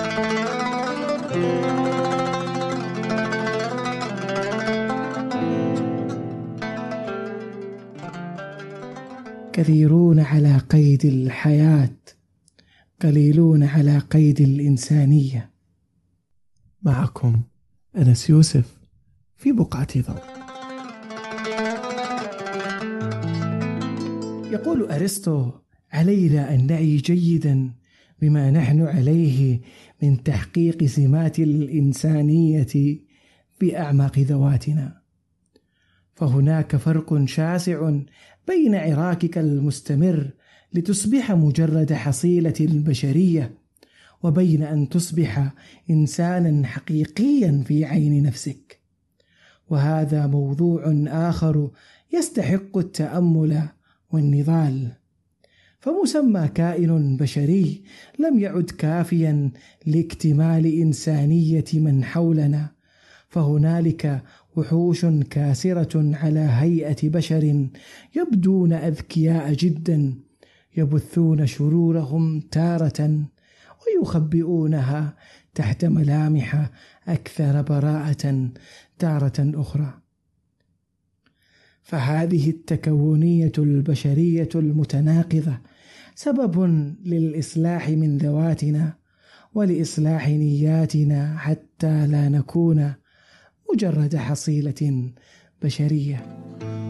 كثيرون على قيد الحياة، قليلون على قيد الإنسانية. معكم أنس يوسف في بقعة ضوء. يقول أرسطو: علينا أن نعي جيدا بما نحن عليه من تحقيق سمات الإنسانية في أعماق ذواتنا، فهناك فرق شاسع بين عراكك المستمر لتصبح مجرد حصيلة البشرية، وبين أن تصبح إنسانا حقيقيا في عين نفسك. وهذا موضوع آخر يستحق التأمل والنضال. فمسمى كائن بشري لم يعد كافيا لاكتمال إنسانية من حولنا، فهنالك وحوش كاسرة على هيئة بشر يبدون أذكياء جدا، يبثون شرورهم تارة ويخبئونها تحت ملامح أكثر براءة تارة أخرى. فهذه التكونية البشرية المتناقضة سبب للإصلاح من ذواتنا ولإصلاح نياتنا، حتى لا نكون مجرد حصيلة بشرية.